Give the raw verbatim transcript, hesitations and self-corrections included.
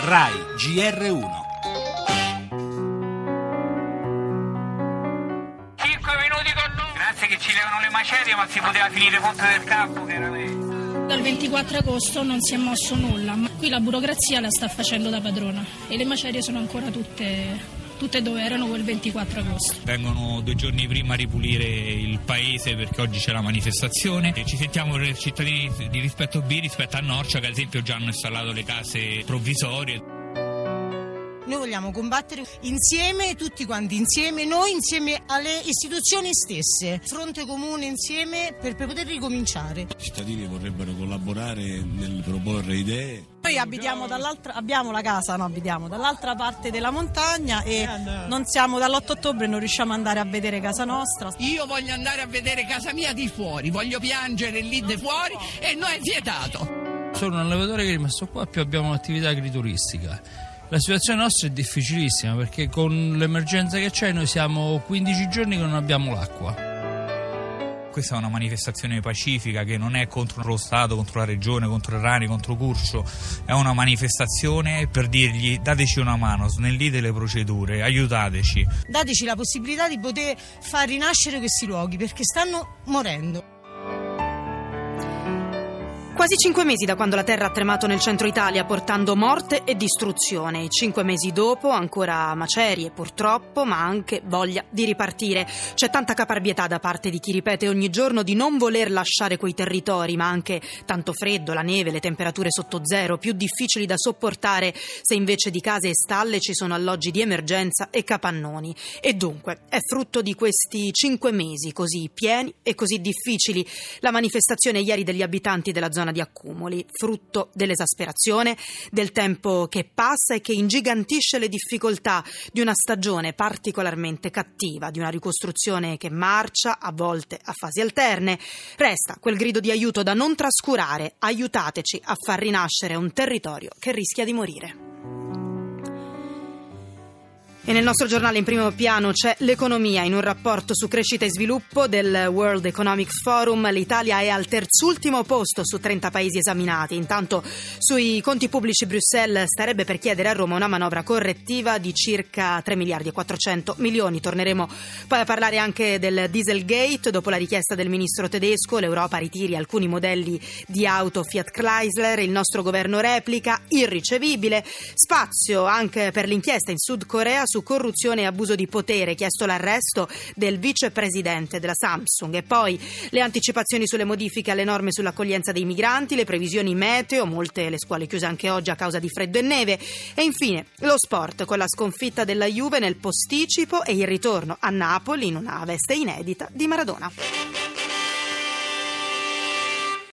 Rai G R uno. Cinque minuti con noi. Grazie che ci levano le macerie, ma si poteva finire Ponte del Campo, che era meglio. Dal ventiquattro agosto non si è mosso nulla, ma qui la burocrazia la sta facendo da padrona e le macerie sono ancora tutte... tutte dove erano quel ventiquattro agosto. Vengono due giorni prima a ripulire il paese perché oggi c'è la manifestazione e ci sentiamo cittadini di rispetto B rispetto a Norcia, che ad esempio già hanno installato le case provvisorie. Noi vogliamo combattere insieme, tutti quanti insieme, noi insieme alle istituzioni stesse, fronte comune insieme per, per poter ricominciare. I cittadini vorrebbero collaborare nel proporre idee. Noi abitiamo dall'altra, abbiamo la casa, no, abitiamo dall'altra parte della montagna e non siamo dall'otto ottobre, non riusciamo ad andare a vedere casa nostra. Io voglio andare a vedere casa mia di fuori, voglio piangere lì di fuori e noi è vietato. Sono un allevatore che è rimasto qua, più abbiamo un'attività agrituristica. La situazione nostra è difficilissima perché con l'emergenza che c'è noi siamo quindici giorni che non abbiamo l'acqua. Questa è una manifestazione pacifica che non è contro lo Stato, contro la Regione, contro i Rani, contro Curcio. È una manifestazione per dirgli: dateci una mano, snellite le procedure, aiutateci. Dateci la possibilità di poter far rinascere questi luoghi perché stanno morendo. Quasi cinque mesi da quando la terra ha tremato nel centro Italia portando morte e distruzione. E cinque mesi dopo ancora macerie purtroppo, ma anche voglia di ripartire. C'è tanta caparbietà da parte di chi ripete ogni giorno di non voler lasciare quei territori, ma anche tanto freddo, la neve, le temperature sotto zero, più difficili da sopportare se invece di case e stalle ci sono alloggi di emergenza e capannoni. E dunque è frutto di questi cinque mesi così pieni e così difficili la manifestazione ieri degli abitanti della zona di Accumoli, frutto dell'esasperazione, del tempo che passa e che ingigantisce le difficoltà di una stagione particolarmente cattiva, di una ricostruzione che marcia, a volte a fasi alterne. Resta quel grido di aiuto da non trascurare: aiutateci a far rinascere un territorio che rischia di morire. E nel nostro giornale in primo piano c'è l'economia. In un rapporto su crescita e sviluppo del World Economic Forum l'Italia è al terzultimo posto su trenta paesi esaminati. Intanto sui conti pubblici Bruxelles starebbe per chiedere a Roma una manovra correttiva di circa tre miliardi e quattrocento milioni. Torneremo poi a parlare anche del Dieselgate. Dopo la richiesta del ministro tedesco, l'Europa ritiri alcuni modelli di auto Fiat Chrysler. Il nostro governo replica: irricevibile. Spazio anche per l'inchiesta in Sud Corea su corruzione e abuso di potere, chiesto l'arresto del vicepresidente della Samsung. E poi le anticipazioni sulle modifiche alle norme sull'accoglienza dei migranti, le previsioni meteo, molte le scuole chiuse anche oggi a causa di freddo e neve. E infine lo sport, con la sconfitta della Juve nel posticipo e il ritorno a Napoli in una veste inedita di Maradona.